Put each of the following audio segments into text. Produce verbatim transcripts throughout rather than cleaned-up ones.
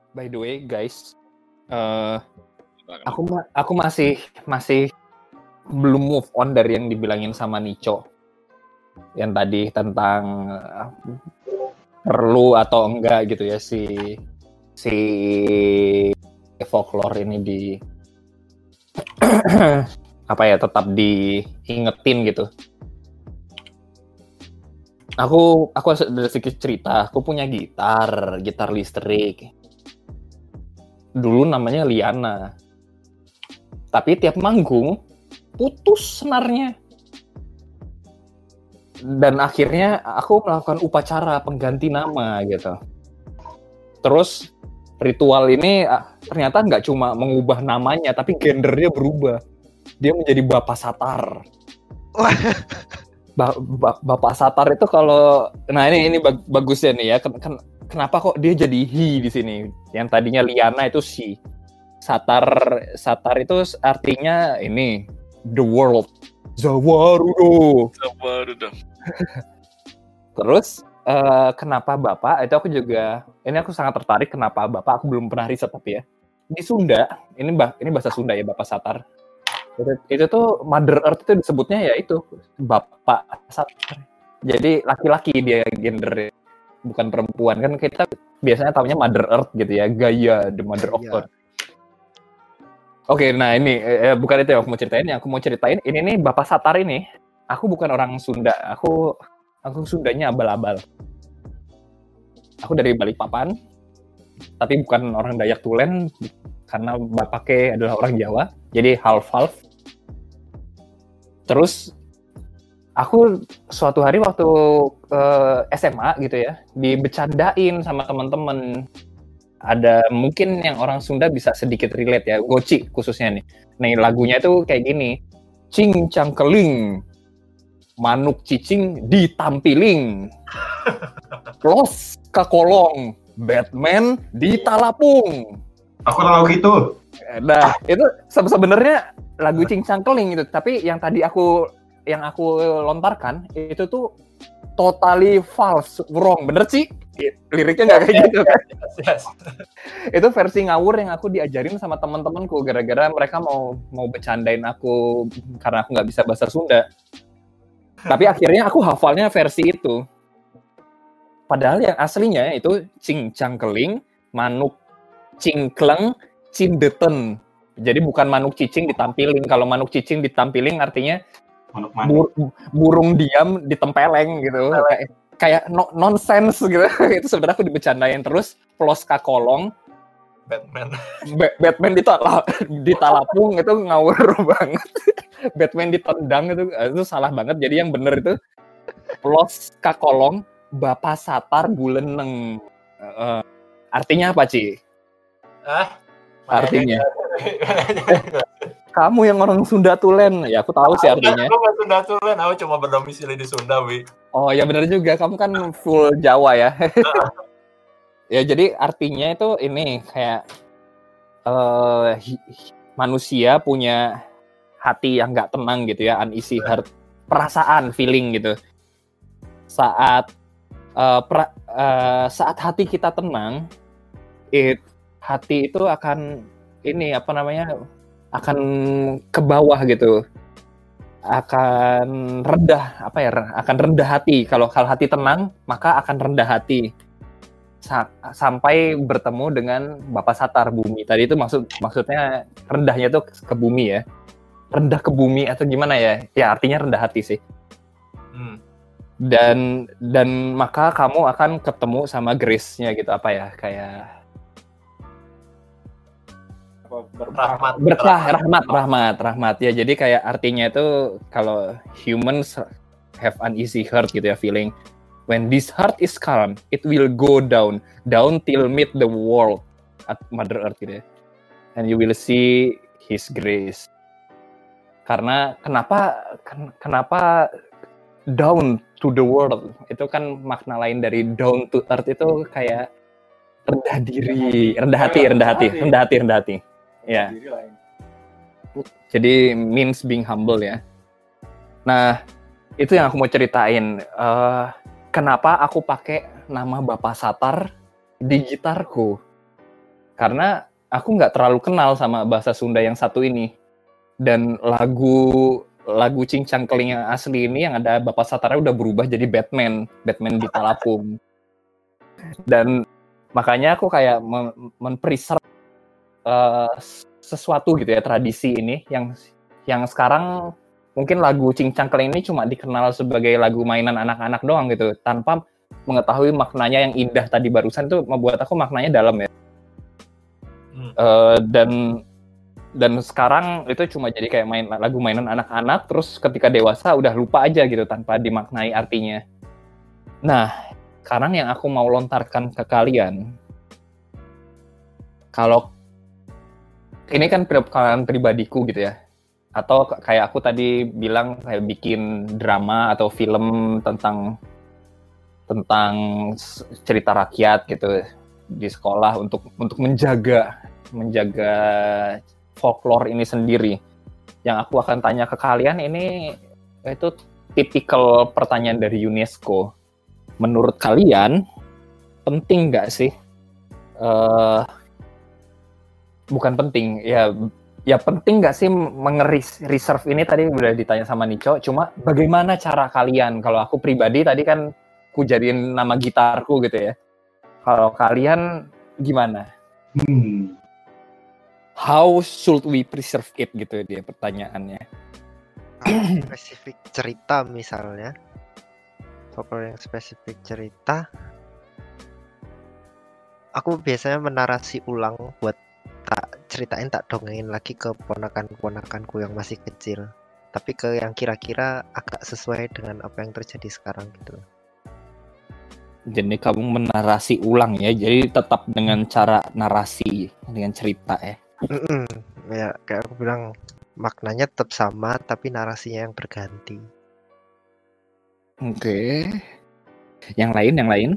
By the way, guys, uh, aku ma- aku masih masih belum move on dari yang dibilangin sama Nico yang tadi tentang uh, perlu atau enggak gitu ya si si folklore ini di apa ya tetap diingetin gitu. Aku aku ada sedikit cerita. Aku punya gitar, gitar listrik. Dulu namanya Liana. Tapi tiap manggung putus senarnya. Dan akhirnya aku melakukan upacara pengganti nama gitu. Terus ritual ini ternyata nggak cuma mengubah namanya, tapi gendernya berubah. Dia menjadi Bapak Satar. Ba- ba- Bapak Satar itu kalau, nah ini ini bag- bagusnya nih ya. Ken- ken- kenapa kok dia jadi he di sini? Yang tadinya Liana itu she. Satar Satar itu artinya ini the world. Zawarudo. Zawarudo. Terus uh, kenapa Bapak? Itu aku juga, ini aku sangat tertarik kenapa Bapak. Aku belum pernah riset tapi ya. Di Sunda, ini bah, ini bahasa Sunda ya Bapak Satar. Itu, itu tuh Mother Earth itu disebutnya ya itu Bapak Satar. Jadi laki-laki dia gendernya, bukan perempuan. Kan kita biasanya tahunya Mother Earth gitu ya, Gaia, the Mother of Earth. Oke, nah ini eh, bukan itu yang aku mau ceritain. Yang aku mau ceritain ini nih Bapak Satar ini. Aku bukan orang Sunda. Aku aku Sundanya abal-abal. Aku dari Balikpapan, tapi bukan orang Dayak Tulen karena bapaknya adalah orang Jawa. Jadi half-half. Terus aku suatu hari waktu uh, S M A gitu ya, dibecandain sama teman-teman. Ada mungkin yang orang Sunda bisa sedikit relate ya, goci khususnya nih. Nih lagunya itu kayak gini. Cing cangkeling, manuk cicing ditampiling. Los kakolong, Batman ditalapung. Aku tahu gitu. Nah, itu sebenarnya lagu Cing Cangkeling itu, tapi yang tadi aku yang aku lontarkan itu tuh totally false, wrong, bener sih? Liriknya nggak kayak gitu kan? Yes, yes. Itu versi ngawur yang aku diajarin sama teman-temanku gara-gara mereka mau mau bercandain aku karena aku nggak bisa bahasa Sunda. Tapi akhirnya aku hafalnya versi itu. Padahal yang aslinya itu Cing Cangkeling, manuk cingkleng, cindeten. Jadi bukan manuk cicing ditampilin. Kalau manuk cicing ditampilin artinya bur- burung diam ditempeleng gitu. Kayak, kayak no- nonsense gitu. Itu sebenarnya aku dibecandain terus plus kakolong. Batman. Ba- Batman ditala- ditalapung itu ngawur banget. Batman ditendang itu itu salah banget. Jadi yang bener itu plus kakolong Bapak Satar Buleneng. Uh, artinya apa, Ci? Ah, artinya kamu yang orang Sunda Tulen ya aku tahu sih artinya. Aku nggak Sunda Tulen, aku cuma berdomisili di Sunda, Wi. Oh ya benar juga, kamu kan full Jawa ya. Ya jadi artinya itu ini kayak uh, hi- manusia punya hati yang nggak tenang gitu ya, uneasy heart, perasaan, feeling gitu. Saat uh, pra, uh, saat hati kita tenang, it hati itu akan ini apa namanya akan ke bawah gitu, akan rendah apa ya akan rendah hati. Kalau kalau hati tenang maka akan rendah hati Sa- sampai bertemu dengan Bapak Satar bumi tadi itu maksud maksudnya rendahnya tuh ke bumi ya, rendah ke bumi atau gimana ya ya artinya rendah hati sih. Hmm. dan dan maka kamu akan ketemu sama grace-nya gitu apa ya kayak Rahmat, berkah, rahmat, rahmat, rahmat ya. Jadi kayak artinya itu kalau humans have uneasy heart gitu ya, feeling when this heart is calm, it will go down, down till meet the world at Mother Earth gitu ya, and you will see His grace. Karena kenapa ken- kenapa down to the world itu kan makna lain dari down to earth itu kayak rendah diri, rendah hati, rendah hati, rendah hati, rendah hati. Ya. Jadi means being humble ya. Nah, itu yang aku mau ceritain. Uh, kenapa aku pakai nama Bapak Satar di gitarku? karena aku nggak terlalu kenal sama bahasa Sunda yang satu ini. Dan lagu lagu Cincang Keling yang asli ini yang ada Bapak Satarnya udah berubah jadi Batman, Batman di Talapung. Dan makanya aku kayak men-preserve uh, sesuatu gitu ya, tradisi ini yang yang sekarang mungkin lagu Cincang Keling ini cuma dikenal sebagai lagu mainan anak-anak doang gitu, tanpa mengetahui maknanya yang indah tadi barusan itu membuat aku maknanya dalam ya. Hmm. Uh, dan dan sekarang itu cuma jadi kayak main lagu mainan anak-anak, terus ketika dewasa udah lupa aja gitu tanpa dimaknai artinya. Nah, sekarang yang aku mau lontarkan ke kalian, kalau ini kan pengalaman pribadiku gitu ya, atau kayak aku tadi bilang kayak bikin drama atau film tentang tentang cerita rakyat gitu di sekolah untuk untuk menjaga menjaga folklore ini sendiri. Yang aku akan tanya ke kalian ini itu tipikal pertanyaan dari UNESCO. Menurut kalian penting nggak sih? Uh, bukan penting, ya ya penting nggak sih mengeris reserve ini tadi udah ditanya sama Nico. Cuma bagaimana cara kalian? Kalau aku pribadi tadi kan aku jadiin nama gitarku gitu ya. Kalau kalian gimana? Hmm. How should we preserve it gitu dia pertanyaannya. Kalau spesifik cerita misalnya, folklore yang spesifik cerita, aku biasanya menarasi ulang buat tak ceritain, tak dongengin lagi ke ponakan-ponakanku yang masih kecil, tapi ke yang kira-kira agak sesuai dengan apa yang terjadi sekarang gitu. Jadi kamu menarasi ulang ya, jadi tetap dengan cara narasi, dengan cerita ya. Mm-mm. Ya kayak aku bilang, maknanya tetap sama tapi narasinya yang berganti. Oke. Okay. Yang lain, yang lain?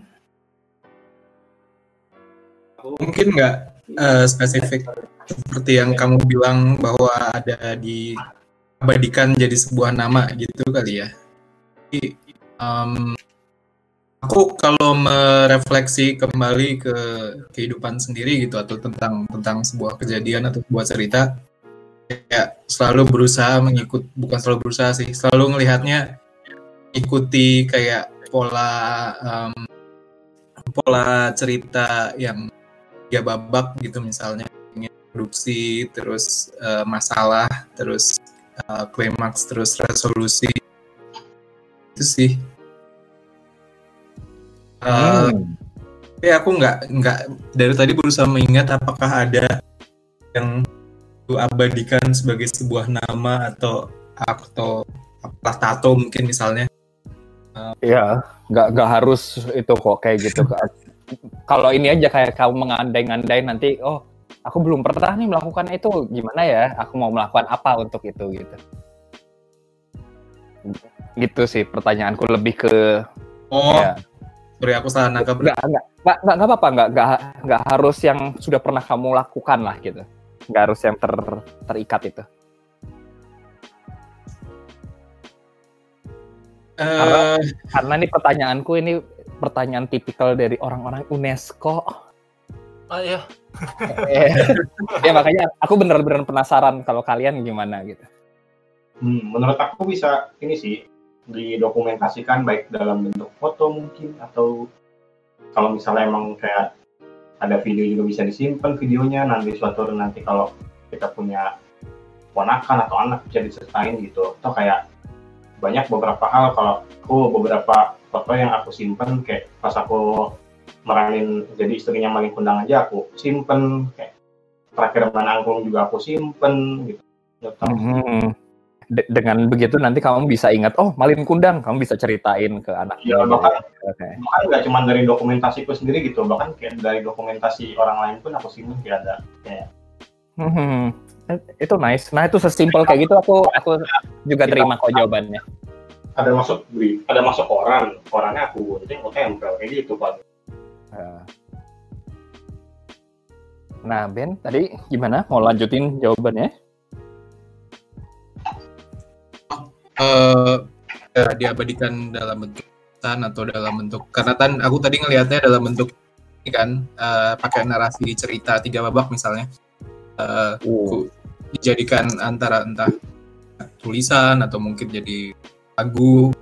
Mungkin nggak uh, spesifik seperti yang kamu bilang bahwa ada diabadikan jadi sebuah nama gitu kali ya. Jadi, um, aku kalau merefleksi kembali ke kehidupan sendiri gitu atau tentang tentang sebuah kejadian atau sebuah cerita, ya selalu berusaha mengikut, bukan selalu berusaha sih, selalu ngelihatnya ikuti kayak pola um, pola cerita yang tiga babak gitu, misalnya introduksi, terus uh, masalah, terus uh, klimaks, terus resolusi. Itu sih. Uh, hmm. Tapi aku nggak nggak dari tadi berusaha mengingat apakah ada yang abadikan sebagai sebuah nama atau atau apa tato mungkin misalnya. Iya, uh, nggak nggak harus itu kok kayak gitu. Kalau ini aja kayak kamu mengandai-ngandai nanti, oh aku belum pernah nih melakukan itu, gimana ya? Aku mau melakukan apa untuk itu gitu. Gitu sih pertanyaanku, lebih ke. Oh. Ya. Sorry, aku salah nangkap. Nggak, nggak, nggak, nggak, nggak apa-apa, nggak, nggak, nggak harus yang sudah pernah kamu lakukan lah gitu. Nggak harus yang ter, terikat itu. Uh, karena, karena ini pertanyaanku ini pertanyaan tipikal dari orang-orang UNESCO. Oh iya. Ya makanya aku benar-benar penasaran kalau kalian gimana gitu. Hmm, menurut aku bisa ini sih, didokumentasikan baik dalam bentuk foto mungkin, atau kalau misalnya emang kayak ada video juga bisa disimpan videonya, nanti suatu hari nanti kalau kita punya ponakan atau anak bisa disertain gitu. Atau kayak banyak beberapa hal, kalau aku beberapa foto yang aku simpen kayak pas aku meranin jadi istrinya Malin Kundang aja aku simpen, kayak terakhir main angklung juga aku simpen gitu. Mm-hmm. De- dengan begitu nanti kamu bisa ingat, oh Malin Kundang, kamu bisa ceritain ke anaknya. Ya, bahkan okay. bahkan nggak cuma dari dokumentasiku sendiri gitu, bahkan kayak dari dokumentasi orang lain pun aku simpen kayak ada kayak. Hmm, itu nice. Nah itu sesimpel kayak gitu aku aku juga terima kok jawabannya. Ada masuk ada masuk koran, korannya aku gunting, aku tempel kayak gitu Pak. Nah Ben, tadi gimana? Mau lanjutin jawabannya? Uh, ya, diabadikan dalam bentuk tan atau dalam bentuk, karena tan aku tadi ngelihatnya dalam bentuk ini kan uh, pakai narasi cerita tiga babak misalnya, uh, Oh. dijadikan antara entah tulisan atau mungkin jadi lagu,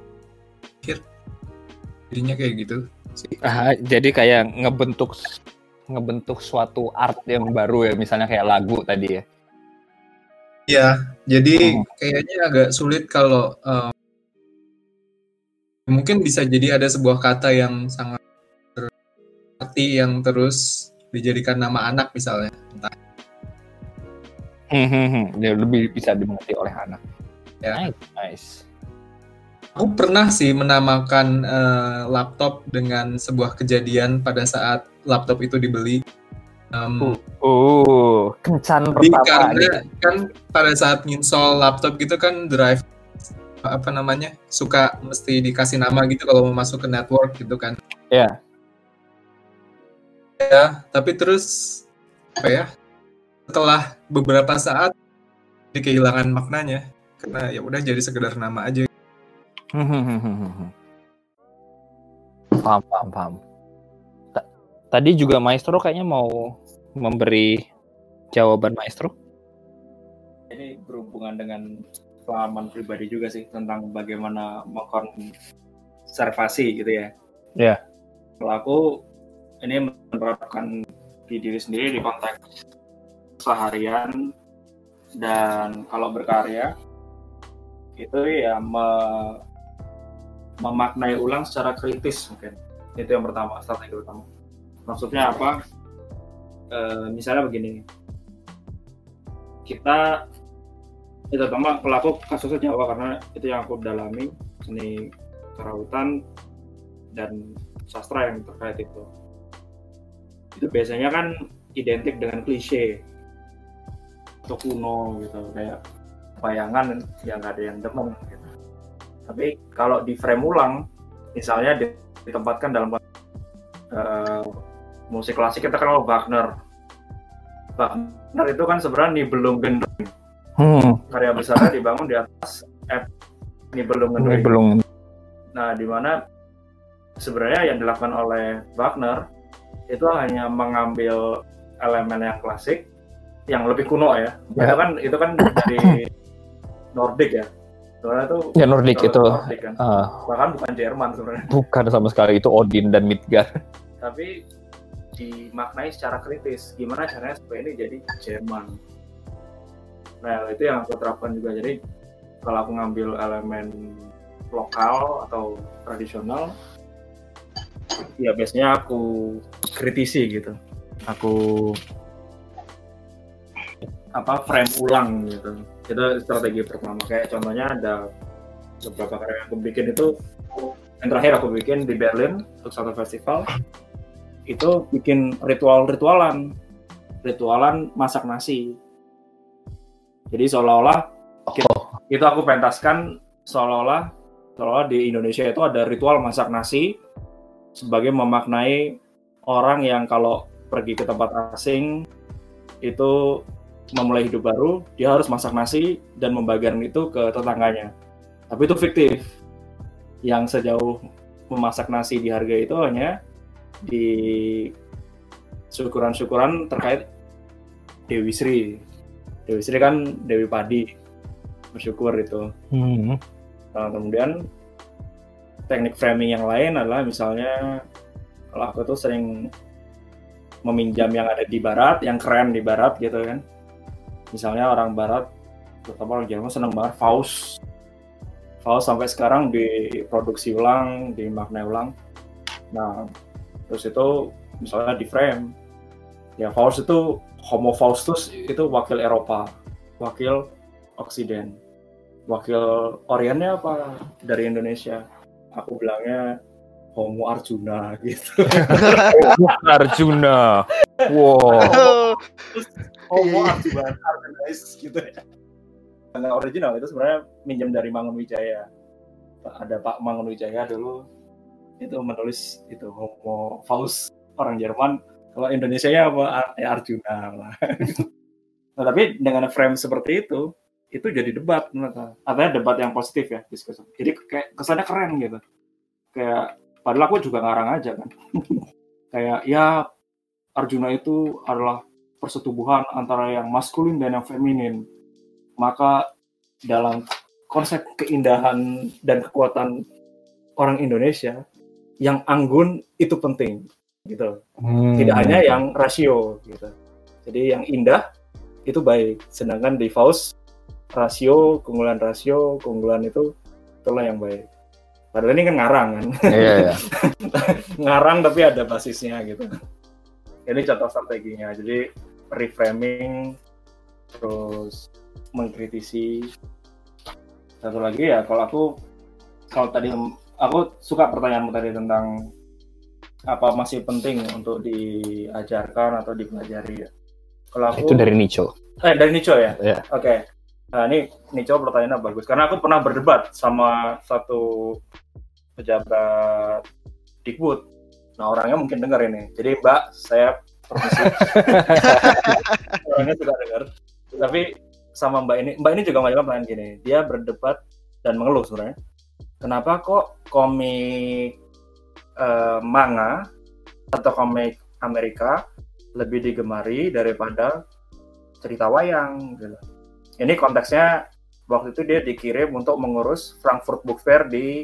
jadinya kayak gitu sih. Ah, jadi kayak ngebentuk ngebentuk suatu art yang baru ya, misalnya kayak lagu tadi ya. Ya, jadi Hmm. kayaknya agak sulit kalau um, mungkin bisa jadi ada sebuah kata yang sangat berarti yang terus dijadikan nama anak misalnya. Entah. Hmm, hmm, hmm. Dia lebih bisa dimengerti oleh anak. Ya. Nice, nice. Aku pernah sih menamakan uh, laptop dengan sebuah kejadian pada saat laptop itu dibeli. Um, Oh, kencan Jadi pertama karena gitu. kan pada saat install laptop gitu kan drive apa namanya suka mesti dikasih nama gitu kalau mau masuk ke network gitu kan. Ya. Ya, tapi terus apa ya? Setelah beberapa saat jadi kehilangan maknanya karena ya udah jadi sekedar nama aja. Hmm, hmm, hmm, hmm, hmm. Paham, paham, paham. Ta- Tadi juga Maestro kayaknya mau memberi jawaban Maestro. Ini berhubungan dengan pengalaman pribadi juga sih tentang bagaimana mengkonservasi gitu ya. Ya. Kalau aku ini menerapkan di diri sendiri di konteks seharian, dan kalau berkarya itu ya me- memaknai ulang secara kritis mungkin. Itu yang pertama, strategi utama. Maksudnya apa? E, misalnya begini, kita itu pertama kalau aku kasusnya Jawa karena itu yang aku dalami, seni kerautan dan sastra yang terkait itu. Itu biasanya kan identik dengan klise atau kuno gitu, kayak bayangan yang nggak ada yang demen gitu. Tapi kalau di frame ulang, misalnya ditempatkan dalam uh, musik klasik kita kenal Wagner. Wagner itu kan sebenarnya Nibelungen. Hmm. Karya besarnya dibangun di atas F Nibelungen. Belum. Nah, di mana sebenarnya yang dilakukan oleh Wagner itu hanya mengambil elemen yang klasik, yang lebih kuno ya. Ya. Itu kan itu kan dari Nordik ya. Sebenarnya itu Ya Nordik itu. Nordik kan. Uh, Bahkan bukan Jerman sebenarnya. bukan sama sekali, itu Odin dan Midgard. Tapi dimaknai secara kritis. Gimana caranya supaya ini jadi Jerman. Nah, itu yang aku terapkan juga. Jadi kalau aku ngambil elemen lokal atau tradisional, ya biasanya aku kritisi gitu. Aku apa frame ulang gitu. Itu strategi pertama. Kayak contohnya ada beberapa karya yang aku bikin itu, yang terakhir aku bikin di Berlin untuk satu festival, itu bikin ritual-ritualan, ritualan masak nasi. Jadi seolah-olah kita, itu aku pentaskan seolah-olah seolah di Indonesia itu ada ritual masak nasi sebagai memaknai orang yang kalau pergi ke tempat asing itu memulai hidup baru, dia harus masak nasi dan membagikan itu ke tetangganya. Tapi itu fiktif. Yang sejauh memasak nasi dihargai itu hanya di syukuran-syukuran terkait Dewi Sri. Dewi Sri kan Dewi Padi, bersyukur itu. Hmm. Nah, kemudian teknik framing yang lain adalah misalnya kalau aku tuh sering meminjam yang ada di barat, yang keren di barat gitu kan. Misalnya orang barat, terutama orang Jerman senang banget Faust. Faust sampai sekarang diproduksi ulang, dimaknai ulang. Nah, terus itu misalnya di frame. Ya Faust itu Homo Faustus itu wakil Eropa, wakil Oksiden. Wakil Oriennya apa? Dari Indonesia. Aku bilangnya Homo Arjuna gitu. Arjuna. Wow. Homo Arjuna guys gitu ya. Karena original itu sebenarnya minjem dari Mangunwijaya. Ada Pak Mangunwijaya dulu itu menulis itu Homo Faust orang Jerman. Kalau Indonesianya apa? Ya Arjuna lah. Nah, tapi dengan frame seperti itu, itu jadi debat, artinya debat yang positif ya, diskusi. Jadi kayak kesannya keren gitu. Kayak padahal aku juga ngarang aja kan. kayak ya Arjuna itu adalah persetubuhan antara yang maskulin dan yang feminin. Maka dalam konsep keindahan dan kekuatan orang Indonesia, yang anggun itu penting, gitu. Hmm. Tidak hanya yang rasio, gitu. Jadi yang indah itu baik. Sedangkan di Faust, rasio, keunggulan rasio, keunggulan itu itulah yang baik. Padahal ini kan ngarang kan. Iya, iya. Ngarang tapi ada basisnya gitu. Ini contoh strateginya. Jadi reframing, terus mengkritisi. Satu lagi ya, kalau aku kalau tadi aku suka pertanyaanmu tadi tentang apa masih penting untuk diajarkan atau dipelajari ya. Kalau aku Itu dari Nietzsche. eh dari Nietzsche ya. Iya. Oke. Nah ini Nietzsche pertanyaannya bagus karena aku pernah berdebat sama satu pejabat Dikbud. Nah orangnya mungkin dengar ini. Jadi Mbak, saya permisi. Orangnya suka dengar. Tapi sama Mbak ini, Mbak ini juga mengajukan pertanyaan gini. Dia berdebat dan mengeluh sebenarnya. Kenapa kok komik eh, manga atau komik Amerika lebih digemari daripada cerita wayang? Gitu. Ini konteksnya waktu itu dia dikirim untuk mengurus Frankfurt Book Fair di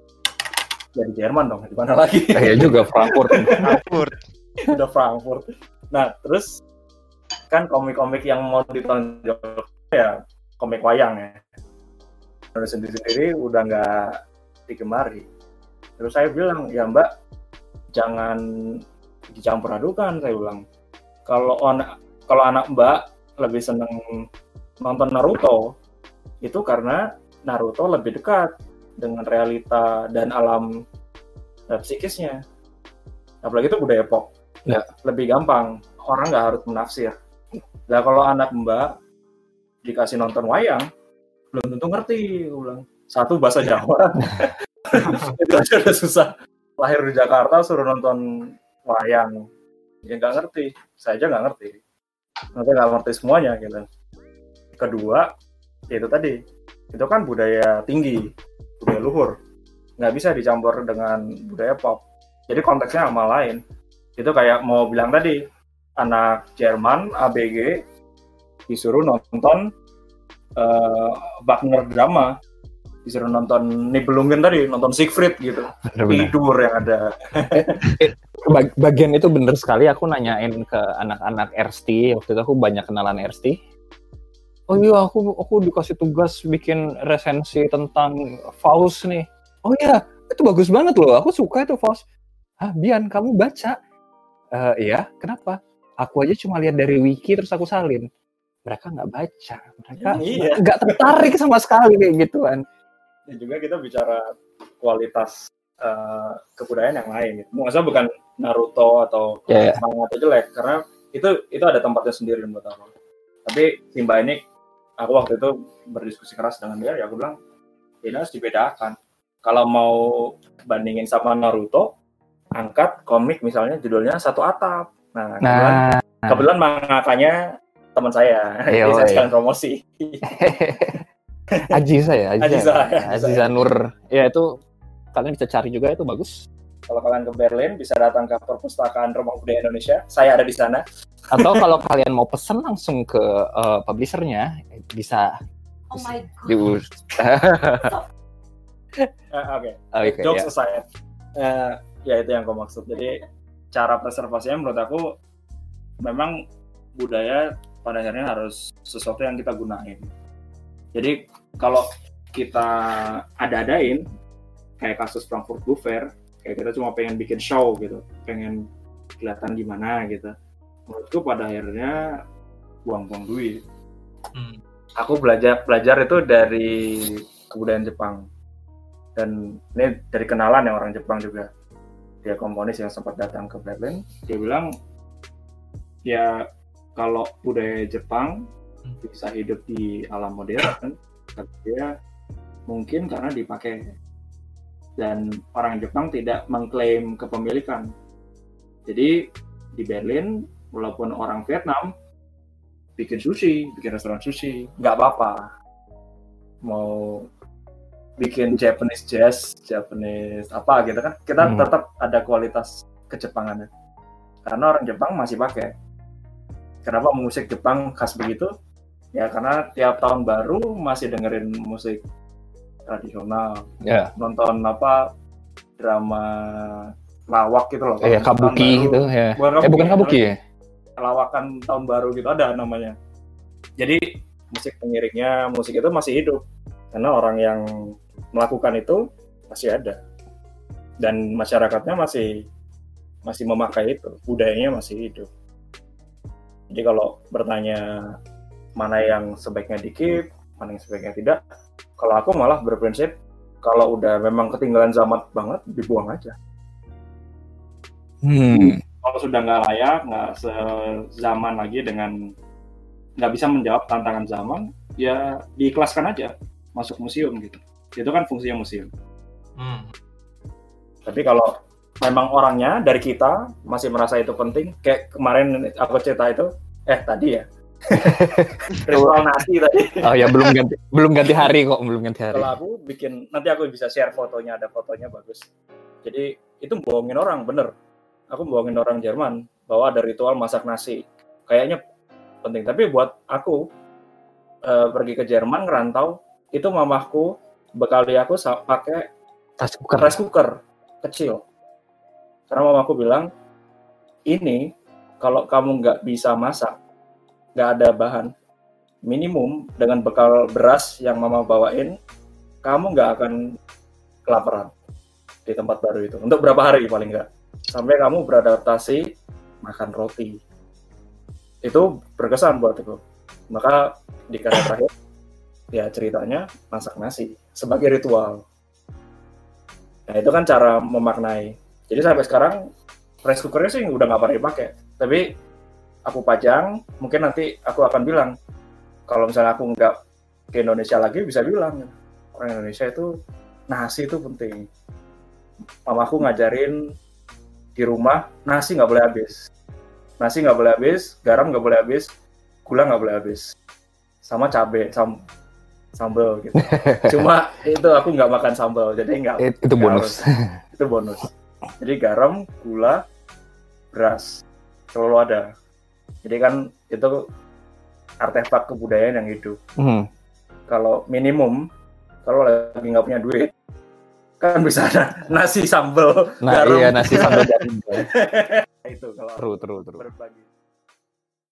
ya di Jerman dong, di mana lagi? Iya juga Frankfurt. Frankfurt. Udah Frankfurt. Nah, terus kan komik-komik yang mau ditonjol ya komik wayang ya. Menurut sendiri-sendiri udah nggak digemari. Terus saya bilang, ya Mbak, jangan dicampur adukan, saya bilang. Kalau anak kalau anak Mbak lebih seneng nonton Naruto, itu karena Naruto lebih dekat dengan realita dan alam uh, psikisnya. Apalagi itu budaya pop. Ya. Lebih gampang. Orang nggak harus menafsir. Nah kalau anak Mbak dikasih nonton wayang, belum tentu ngerti. Ulang. Satu bahasa Jawa. Itu aja udah susah. Lahir di Jakarta suruh nonton wayang. Ya nggak ngerti. Saya aja nggak ngerti. Nanti nggak ngerti semuanya gitu. Kedua, ya itu tadi. Itu kan budaya tinggi. Budaya luhur. Nggak bisa dicampur dengan budaya pop. Jadi konteksnya sama lain. Itu kayak mau bilang tadi, anak Jerman, A B G, disuruh nonton uh, Wagner drama. Disuruh nonton Nibelungen tadi, nonton Siegfried gitu. Benar-benar. Tidur yang ada. Bag- bagian itu bener sekali. Aku nanyain ke anak-anak R S T. Waktu itu aku banyak kenalan R S T. Oh iya, aku aku dikasih tugas bikin resensi tentang Faust nih. Oh iya, itu bagus banget loh. Aku suka itu Faust. Hah, Bian, kamu baca? Uh, iya, kenapa? Aku aja cuma lihat dari wiki terus aku salin. Mereka nggak baca. Mereka Iya. nggak tertarik sama sekali kayak gituan. Dan juga kita bicara kualitas uh, kebudayaan yang lain. Gitu. Maksudnya bukan Naruto atau Yeah. manga atau jelek, karena itu itu ada tempatnya sendiri menurut aku. Tapi Simba ini, aku waktu itu berdiskusi keras dengan dia, ya aku bilang, ini harus dibedakan. Kalau mau bandingin sama Naruto, angkat komik misalnya judulnya Satu Atap. Nah, kebetulan, Nah, kebetulan mangakanya teman saya, Iya, jadi saya iya. sekalian promosi. Aziza ya, Aziza, Aziza, ya, Aziza. Aziza Nur. Ya itu kalian bisa cari juga, itu bagus. Kalau kalian ke Berlin, bisa datang ke Perpustakaan Rumah Budaya Indonesia. Saya ada di sana. Atau kalau kalian mau pesen langsung ke uh, publishernya, bisa Oh my god. di Eh, Oke, Oke, jokes ya. aside. Eh, ya itu yang aku maksud. Jadi cara preservasinya menurut aku memang budaya pada akhirnya harus sesuatu yang kita gunain. Jadi kalau kita ada-adain kayak kasus Frankfurt Book Fair, kayak kita cuma pengen bikin show gitu, pengen kelihatan gimana gitu. Menurutku pada akhirnya buang-buang duit. Hmm. Aku belajar belajar itu dari kebudayaan Jepang. Dan ini dari kenalan yang orang Jepang juga. Dia komponis yang sempat datang ke Berlin. Dia bilang, ya kalau budaya Jepang bisa hidup di alam modern, dia mungkin karena dipakai. Dan orang Jepang tidak mengklaim kepemilikan. Jadi di Berlin, walaupun orang Vietnam bikin sushi, bikin restoran sushi, nggak apa-apa. Mau bikin Japanese jazz, Japanese apa gitu kan, kita Hmm. tetap ada kualitas kejepangannya. karena orang Jepang masih pakai. Kenapa musik Jepang khas begitu? Ya karena tiap tahun baru masih dengerin musik tradisional, Ya. nonton apa drama lawak gitu loh. Eh, Tahun kabuki baru. gitu ya. Bukan Eh bukan kabuki ya? Lawakan tahun baru gitu ada namanya. Jadi musik pengiringnya, musik itu masih hidup karena orang yang melakukan itu masih ada dan masyarakatnya masih masih memakai itu, budayanya masih hidup. Jadi kalau bertanya mana yang sebaiknya di-keep, mana yang sebaiknya tidak, kalau aku malah berprinsip kalau udah memang ketinggalan zaman banget dibuang aja. Hmm. Kalau sudah nggak layak, nggak sezaman lagi dengan nggak bisa menjawab tantangan zaman, ya diikhlaskan aja masuk museum gitu. Itu kan fungsinya museum. Hmm. Tapi kalau memang orangnya dari kita masih merasa itu penting, kayak kemarin aku cerita itu, eh tadi ya, ritual nasi tadi. Oh ya belum ganti belum ganti hari kok, belum ganti hari. Kalau aku bikin, nanti aku bisa share fotonya, ada fotonya bagus. Jadi itu bohongin orang, bener. Aku bohongin orang Jerman bahwa ada ritual masak nasi. Kayaknya penting. Tapi buat aku uh, pergi ke Jerman ngerantau, itu mamahku bekali aku sa- pakai Tas cooker. rice cooker kecil. Karena mamaku bilang, ini kalau kamu nggak bisa masak, nggak ada bahan, minimum dengan bekal beras yang mama bawain, kamu nggak akan kelaparan di tempat baru itu. Untuk berapa hari paling nggak. Sampai kamu beradaptasi makan roti. Itu berkesan buat aku. Maka di karya terakhir, ya ceritanya masak nasi sebagai ritual. Nah itu kan cara memaknai. Jadi sampai sekarang rice cookernya sih udah nggak pernah dipakai. Tapi aku pajang, mungkin nanti aku akan bilang kalau misalnya aku nggak ke Indonesia lagi bisa bilang orang Indonesia itu nasi itu penting. Mamaku ngajarin di rumah nasi nggak boleh habis, nasi nggak boleh habis, garam nggak boleh habis, gula nggak boleh habis, sama cabai, sam sambal gitu. Cuma itu aku nggak makan sambal, jadi nggak. It, itu bonus. Harus. Itu bonus. Jadi garam, gula, beras selalu ada. Jadi kan itu artefak kebudayaan yang hidup. Hmm. Kalau minimum, kalau lagi nggak punya duit, kan bisa ada nasi sambal, Nah garam. iya nasi sambal dan Itu kalau true true true. berbagi.